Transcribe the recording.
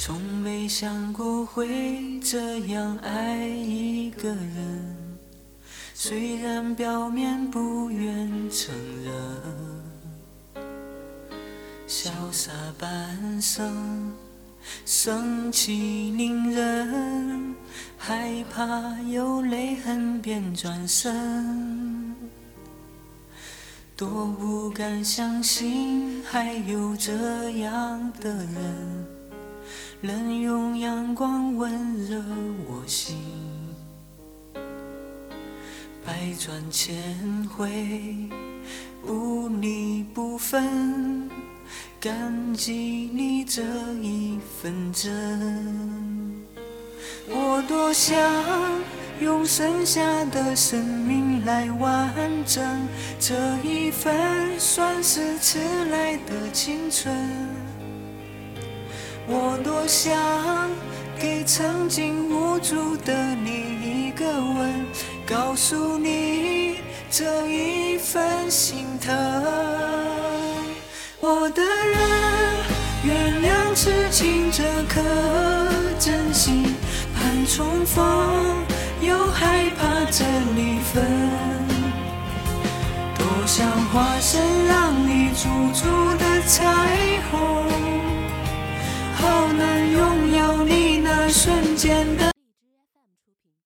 从没想过会这样爱一个人，虽然表面不愿承认，潇洒半生，生气凌人，害怕有泪痕便转身，多不敢相信还有这样的人，能用阳光温热我心。百转千回，无力不分，感激你这一份真。我多想用剩下的生命来完整这一份算是迟来的青春。我多想给曾经无助的你一个吻，告诉你这一份心疼。我的人，原谅痴情这颗真心，盼重逢又害怕这离分，多想化身让你驻足的彩虹，好能拥有你那瞬间的